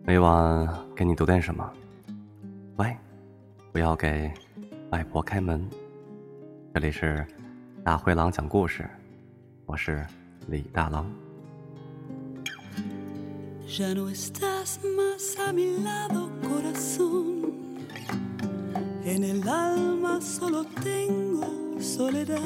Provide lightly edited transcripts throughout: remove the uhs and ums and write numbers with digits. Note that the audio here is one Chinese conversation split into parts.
每晚给你读点什么？喂，不要给外婆开门。这里是大灰狼讲故事，我是李大狼。 Ya no estás más a mi lado, corazón. En el alma solo tengo soledad.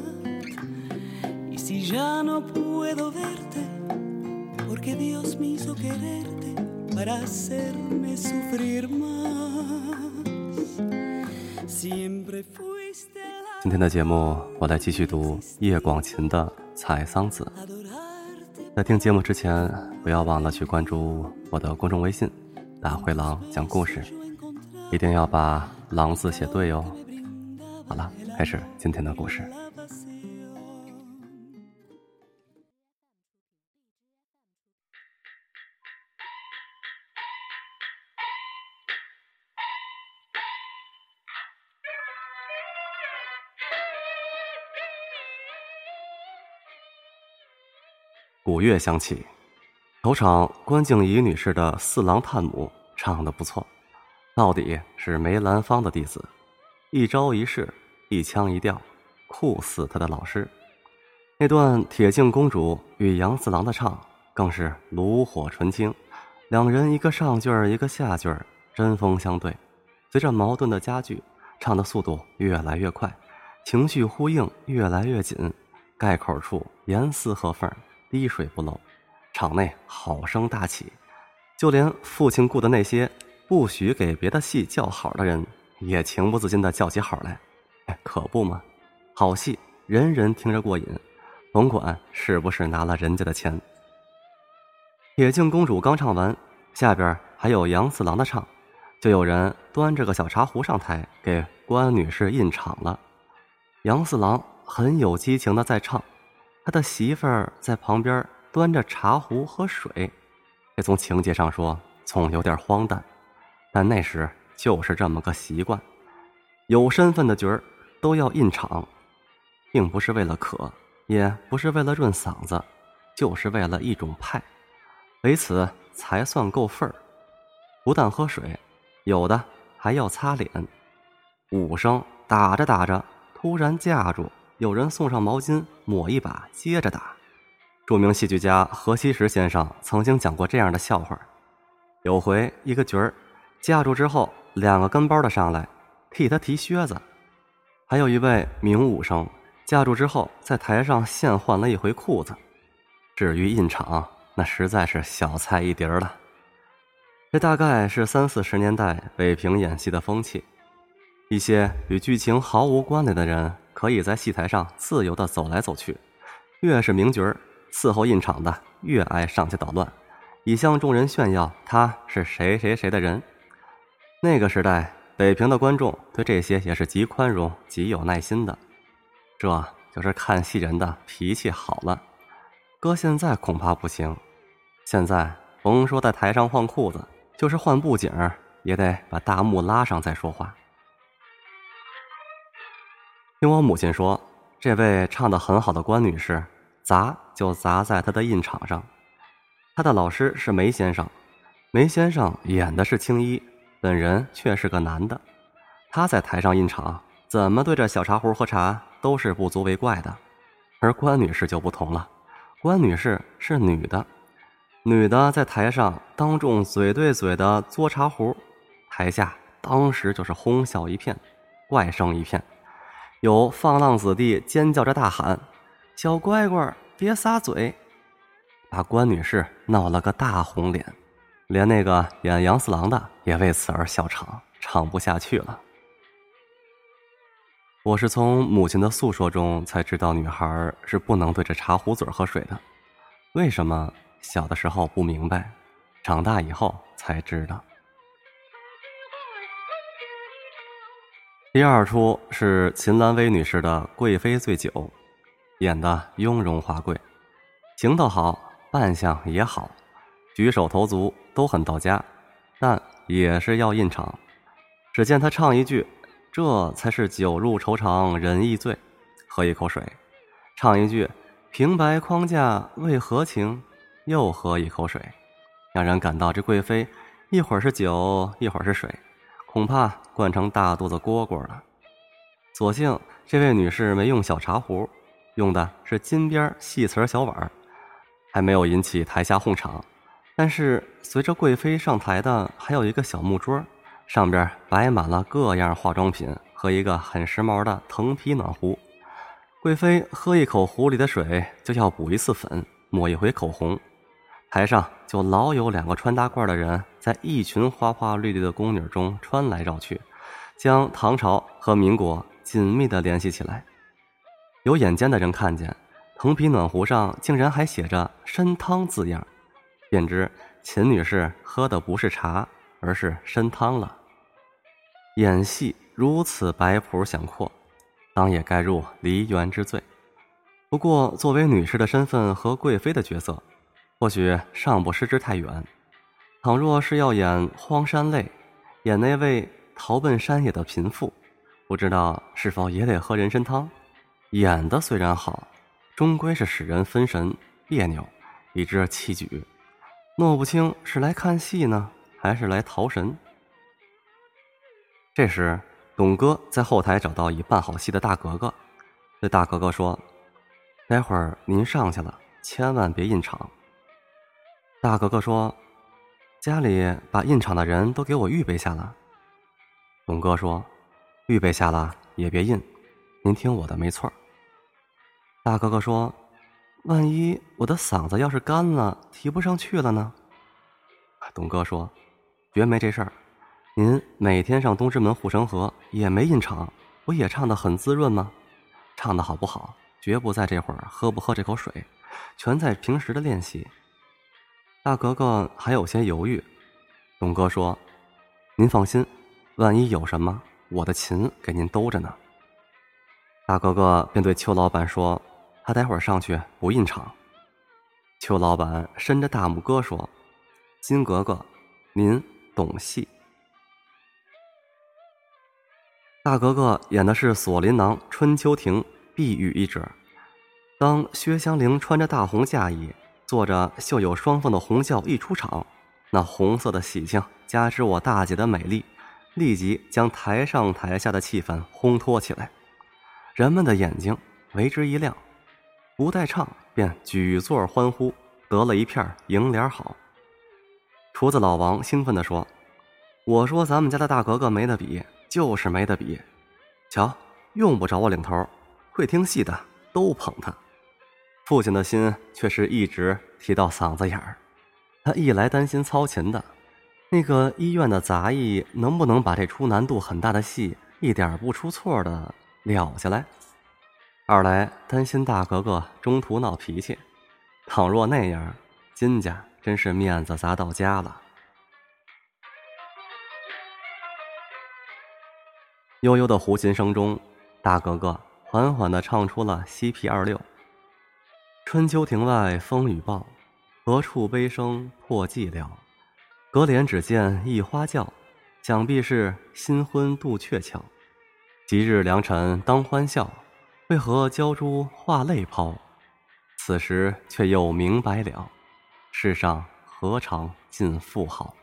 Y si ya no puedo verte, porque Dios me hizo quererte para hacerme sufrir más. Siempre fuiste la... 今天的节目，我来继续读叶广芩的《采桑子》。在听节目之前，不要忘了去关注我的公众微信大灰狼讲故事，一定要把狼字写对哦。好了，开始今天的故事。鼓乐响起，头场关静怡女士的《四郎探母》唱得不错，到底是梅兰芳的弟子，一招一式，一腔一调，酷似他的老师。那段铁镜公主与杨四郎的唱更是炉火纯青，两人一个上句儿一个下句儿，针锋相对，随着矛盾的加剧，唱的速度越来越快，情绪呼应越来越紧，盖口处严丝合缝，滴水不漏，场内好声大起，就连父亲雇的那些不许给别的戏叫好的人，也情不自禁地叫起好来。可不嘛，好戏人人听着过瘾，甭管是不是拿了人家的钱。铁镜公主刚唱完，下边还有杨四郎的唱，就有人端着个小茶壶上台给关女士印场了。杨四郎很有激情地在唱，他的媳妇儿在旁边端着茶壶和水，这从情节上说总有点荒诞，但那时就是这么个习惯，有身份的角儿都要印场，并不是为了渴，也不是为了润嗓子，就是为了一种派，为此才算够份儿。不但喝水，有的还要擦脸。武生打着打着突然架住，有人送上毛巾抹一把接着打。著名戏剧家何西时先生曾经讲过这样的笑话，有回一个角儿架住之后，两个跟班的上来替他提靴子，还有一位名武生架住之后在台上现换了一回裤子。至于印场，那实在是小菜一碟了。这大概是30-40年代北平演戏的风气，一些与剧情毫无关联的人可以在戏台上自由地走来走去，越是名角儿，伺候印场的越爱上去捣乱，以向众人炫耀他是谁谁谁的人。那个时代北平的观众对这些也是极宽容极有耐心的，这就是看戏人的脾气好了。搁现在恐怕不行，现在甭说在台上换裤子，就是换布景也得把大幕拉上再说话。听我母亲说，这位唱得很好的关女士砸就砸在她的印场上。她的老师是梅先生，梅先生演的是青衣，本人却是个男的。他在台上印场，怎么对着小茶壶喝茶都是不足为怪的。而关女士就不同了，关女士是女的，女的在台上当众嘴对嘴的嘬茶壶，台下当时就是哄笑一片，怪声一片，有放浪子弟尖叫着大喊：“小乖乖，别撒嘴！”把关女士闹了个大红脸，连那个演杨四郎的也为此而笑场，唱不下去了。我是从母亲的诉说中才知道女孩是不能对着茶壶嘴喝水的，为什么小的时候不明白，长大以后才知道。第二出是秦岚薇女士的《贵妃醉酒》，演得雍容华贵，行头好，扮相也好，举手投足都很到家，但也是要印场。只见她唱一句：“这才是酒入愁肠人易醉”，喝一口水；唱一句：“平白框架为何情”，又喝一口水，让人感到这贵妃一会儿是酒，一会儿是水，恐怕灌成大肚子蝈蝈了。所幸这位女士没用小茶壶，用的是金边细瓷小碗，还没有引起台下哄场。但是随着贵妃上台的还有一个小木桌，上边摆满了各样化妆品和一个很时髦的藤皮暖壶。贵妃喝一口壶里的水，就要补一次粉，抹一回口红。台上就老有2个穿大褂的人在一群花花绿绿的宫女中穿来绕去，将唐朝和民国紧密地联系起来。有眼尖的人看见藤皮暖壶上竟然还写着参汤字样，便知秦女士喝的不是茶，而是参汤了。演戏如此摆谱详阔，当也该入梨园之最。不过作为女士的身份和贵妃的角色，或许尚不失之太远。倘若是要演荒山泪，演那位逃奔山野的贫妇，不知道是否也得喝人参汤。演的虽然好，终归是使人分神别扭，以致弃举，弄不清是来看戏呢，还是来逃神。这时董哥在后台找到已办好戏的大格格，对大格格说：待会儿您上去了，千万别印场。大格格说：家里把印场的人都给我预备下了。董哥说：预备下了也别印，您听我的没错。大格格说：万一我的嗓子要是干了，提不上去了呢？董哥说：绝没这事儿，您每天上东直门护城河也没印场，不也唱得很滋润吗？唱得好不好，绝不在这会儿喝不喝这口水，全在平时的练习。大格格还有些犹豫，董哥说：您放心，万一有什么，我的琴给您兜着呢。大格格便对邱老板说：他待会儿上去不印场。邱老板伸着大拇哥说：金格格，您懂戏。大格格演的是锁麟囊春秋亭碧玉一折。当薛香菱穿着大红嫁衣，坐着绣有双凤的红轿一出场，那红色的喜庆加之我大姐的美丽，立即将台上台下的气氛烘托起来。人们的眼睛为之一亮，不待唱便举座欢呼，得了一片楹联好。厨子老王兴奋地说：我说咱们家的大格格没得比，就是没得比。瞧，用不着我领头，会听戏的都捧他。父亲的心却是一直提到嗓子眼儿，他一来担心操琴的那个医院的杂役能不能把这出难度很大的戏一点不出错的了下来，二来担心大格格中途闹脾气，倘若那样，金家真是面子砸到家了。悠悠的胡琴声中，大格格缓缓地唱出了西皮26。春秋亭外风雨暴，何处悲声破寂寥。隔帘只见一花轿，想必是新婚杜鹊桥。即日良辰当欢笑，为何娇珠化泪抛？此时却又明白了，世上何尝尽富豪。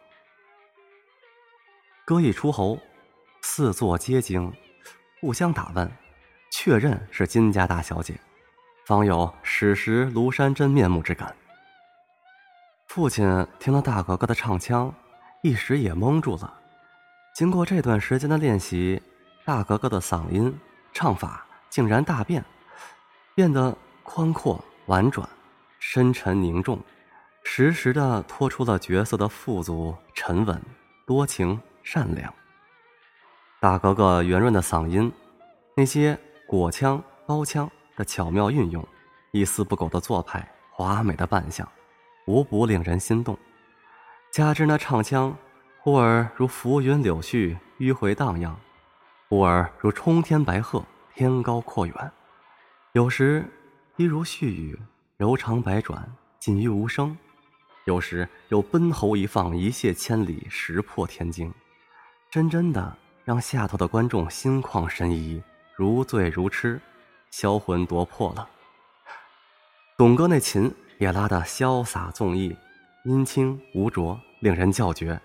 歌一出喉，四座皆惊，互相打问，确认是金家大小姐，方有史实庐山真面目之感。父亲听了大格格的唱腔，一时也蒙住了。经过这段时间的练习，大格格的嗓音唱法竟然大变，变得宽阔婉转，深沉凝重，时时地托出了角色的富足沉稳多情善良。大格格圆润的嗓音，那些裹腔包腔的巧妙运用，一丝不苟的做派，华美的扮相，无不令人心动。加之那唱腔，忽而如浮云柳絮迂回荡漾，忽而如冲天白鹤天高阔远，有时一如絮语柔肠百转尽于无声，有时又奔喉一放一泻千里石破天惊，真的让下头的观众心旷神怡，如醉如痴，销魂夺魄了。董哥那琴也拉得潇洒纵逸，音轻无浊，令人叫绝，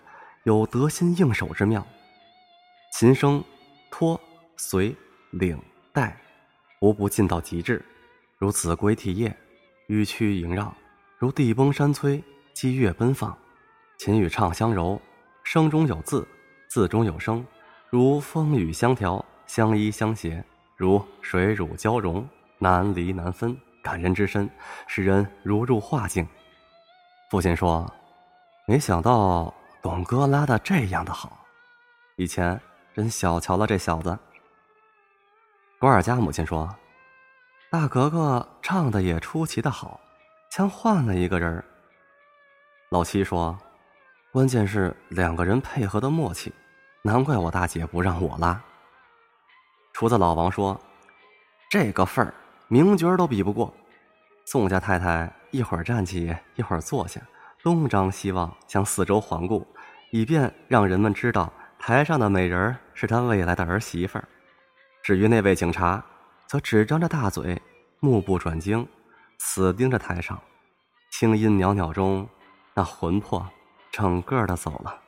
有得心应手之妙。琴声拖随领带无不尽到极致，如此归啼夜，迂曲萦绕，如地崩山摧，激越奔放。琴与唱相柔，声中有字，字中有声，如风雨相调，相依相携，如水乳交融，难离难分，感人至深，使人如入画境。父亲说，没想到董哥拉得这样的好，以前真小瞧了这小子。郭二家母亲说，大格格唱的也出奇的好，像换了一个人。老七说，关键是2个人配合的默契，难怪我大姐不让我拉。厨子老王说，这个份儿名角都比不过。宋家太太一会儿站起一会儿坐下，东张西望，向四周环顾，以便让人们知道台上的美人是她未来的儿媳妇儿。至于那位警察，则只张着大嘴，目不转睛，死盯着台上。轻音袅袅中，那魂魄整个的走了。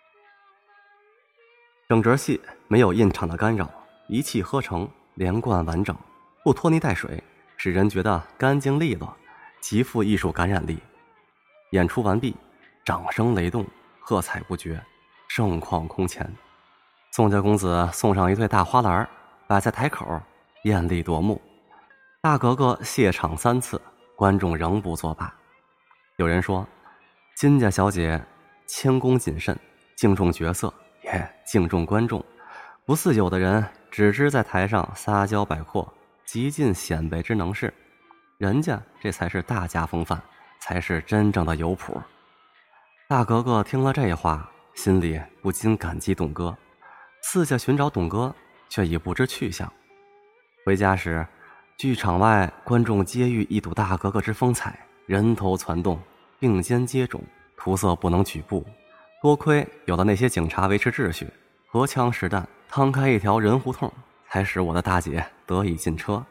整折戏没有印场的干扰，一气呵成，连贯完整，不拖泥带水，使人觉得干净利落，极富艺术感染力。演出完毕，掌声雷动，喝彩不绝，盛况空前。宋家公子送上一对大花篮，摆在台口，艳丽夺目。大格格谢场3次，观众仍不作罢。有人说，金家小姐谦恭谨慎，敬重角色，也敬重观众，不似有的人只知在台上撒娇摆阔，极尽显摆之能事。人家这才是大家风范，才是真正的有谱。大格格听了这话，心里不禁感激董哥，四下寻找董哥，却已不知去向。回家时，剧场外观众皆遇一睹大格格之风采，人头攒动，并肩接踵，图色不能举步。多亏有了那些警察维持秩序，荷枪实弹，趟开一条人胡同，才使我的大姐得以进车。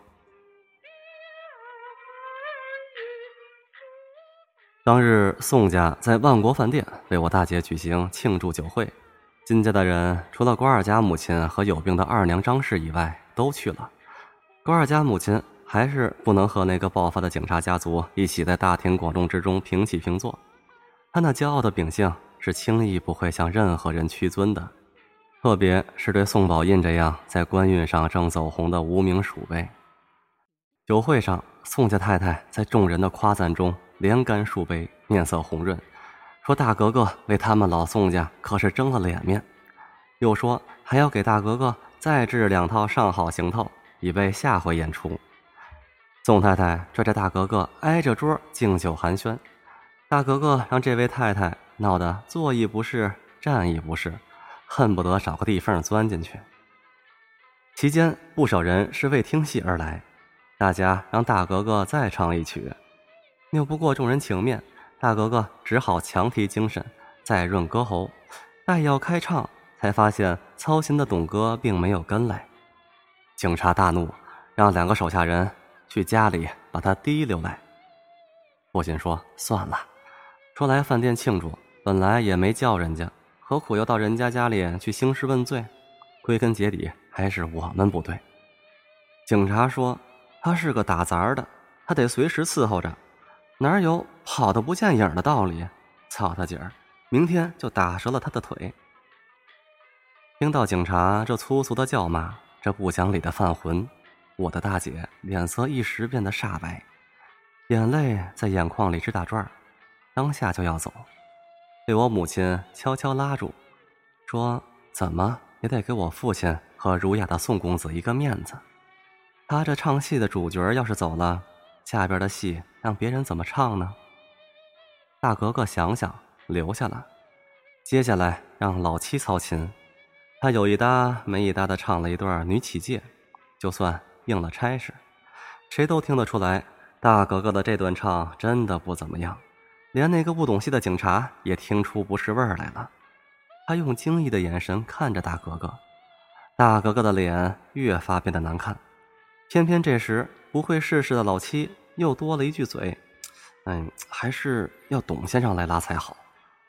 当日宋家在万国饭店为我大姐举行庆祝酒会，金家的人除了郭二家母亲和有病的二娘张氏以外都去了。郭二家母亲还是不能和那个爆发的警察家族一起在大庭广众之中平起平坐，他那骄傲的秉性是轻易不会向任何人屈尊的，特别是对宋宝印这样在官运上正走红的无名鼠辈。酒会上，宋家太太在众人的夸赞中连干数杯，面色红润，说大格格为他们老宋家可是争了脸面，又说还要给大格格再制2套上好行头，以备下回演出。宋太太拽着大格格挨着桌敬酒寒暄，大格格让这位太太闹得坐亦不是，站亦不是，恨不得找个地缝钻进去。期间不少人是为听戏而来，大家让大格格再唱一曲，拗不过众人情面，大格格只好强提精神，再润歌喉。待要开唱，才发现操心的董哥并没有跟来。警察大怒，让2个手下人去家里把他提溜来。父亲说，算了，说来饭店庆祝，本来也没叫人家，何苦要到人家家里去兴师问罪？归根结底还是我们不对。警察说，他是个打杂的，他得随时伺候着，哪有跑得不见影的道理？操他姐儿，明天就打折了他的腿。听到警察这粗俗的叫骂，这不讲理的犯浑，我的大姐脸色一时变得煞白，眼泪在眼眶里直打转，当下就要走，被我母亲悄悄拉住，说怎么也得给我父亲和儒雅的宋公子一个面子，他这唱戏的主角要是走了，下边的戏让别人怎么唱呢？大格格想想留下了，接下来让老七操琴，他有一搭没一搭的唱了一段女起介，就算应了差事。谁都听得出来，大格格的这段唱真的不怎么样，连那个不懂戏的警察也听出不是味儿来了。他用惊异的眼神看着大格格，大格格的脸越发变得难看。偏偏这时不会世事的老七又多了一句嘴，还是要董先生来拉才好，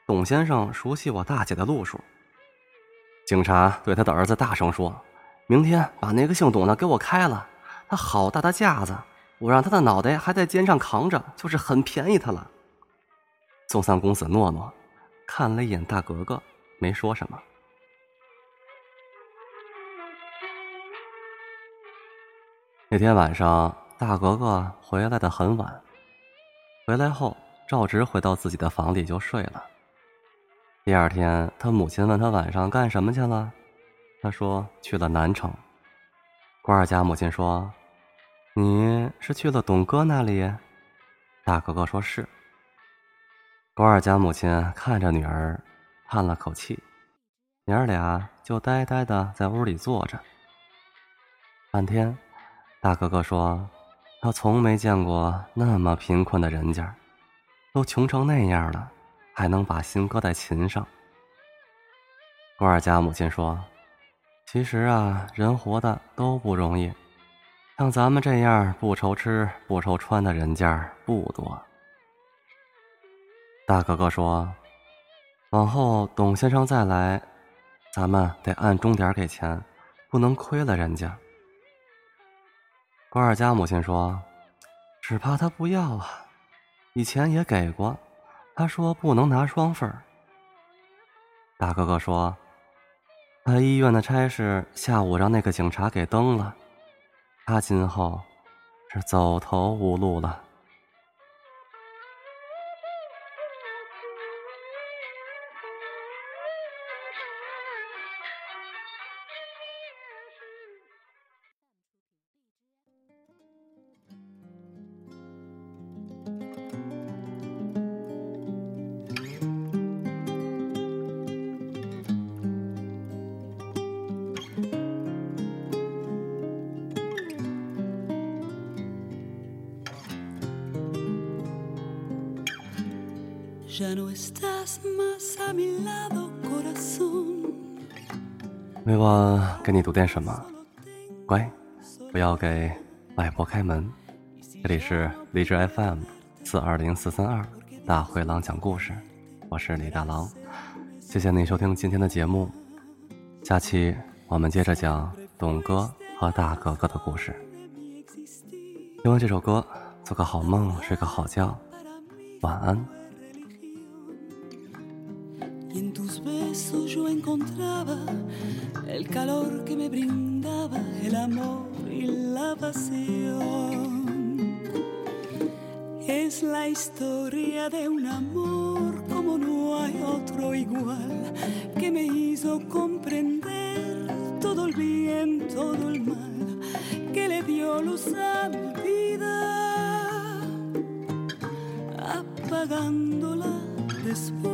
董先生熟悉我大姐的路数。警察对他的儿子大声说，明天把那个姓董的给我开了，他好大的架子，我让他的脑袋还在肩上扛着，就是很便宜他了。宋三公子诺诺看了一眼大格格，没说什么。那天晚上大格格回来的很晚，回来后照直回到自己的房里就睡了。第二天他母亲问他晚上干什么去了，他说去了南城。官儿家母亲说，你是去了董哥那里？大格格说是。官儿家母亲看着女儿叹了口气，娘儿俩就呆呆地在屋里坐着。半天大格格说，他从没见过那么贫困的人家，都穷成那样了，还能把心搁在琴上。官儿家母亲说，其实啊，人活的都不容易，像咱们这样不愁吃不愁穿的人家不多。大格格说，往后董先生再来，咱们得按钟点给钱，不能亏了人家。官儿家母亲说，只怕他不要啊，以前也给过，他说不能拿双份。大哥哥说，他医院的差事下午让那个警察给登了，他今后是走投无路了。 Ya no estás más a mi lado, corazón。 为我给你读点什么？乖，不要给外婆开门。这里是荔枝 FM420432大灰狼讲故事，我是李大狼。谢谢你收听今天的节目，下期我们接着讲董哥和大格格的故事。听完这首歌，做个好梦，睡个好觉，晚安。 Y en tus besos yo encontraba el calor que me brindaba el amor y la pasión. Es la historia de un amor como no hay otro igual, que me hizo comprender todo el bien, todo el mal, que le dio luz a mi vida, apagándola después.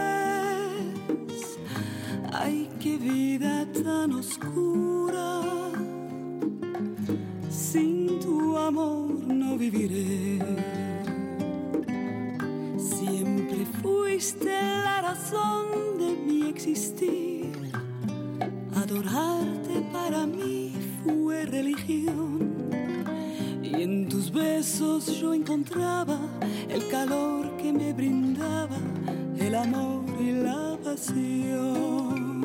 Ay, qué vida tan oscura, sin tu amor no viviré. Siempre fuiste la razón de mi existir, adorarte para mí fue religión. Y en tus besos yo encontraba el calor que me brindaba el amor y la pasión.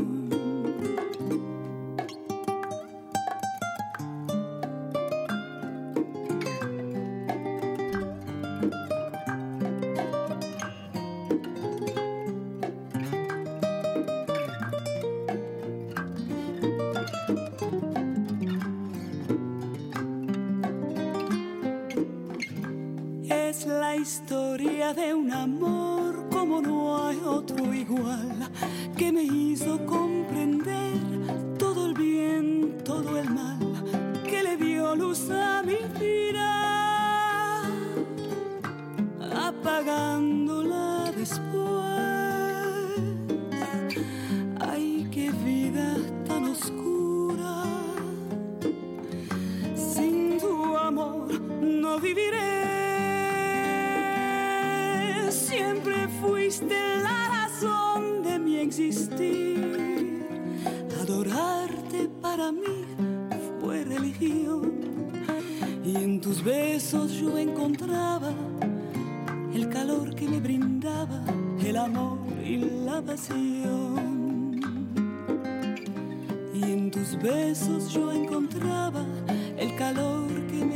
Es la historia de un amor como no hay otro igual, que me hizo comprender todo el bien, todo el mal, que le dio luz a mi vida, apagándola después. Ay, qué vida tan oscura, sin tu amor no viviré. Siempre fuiste la razón de mi existir, adorarte para mí fue religión. Y en tus besos yo encontraba el calor que me brindaba el amor y la pasión. Y en tus besos yo encontraba el calor que me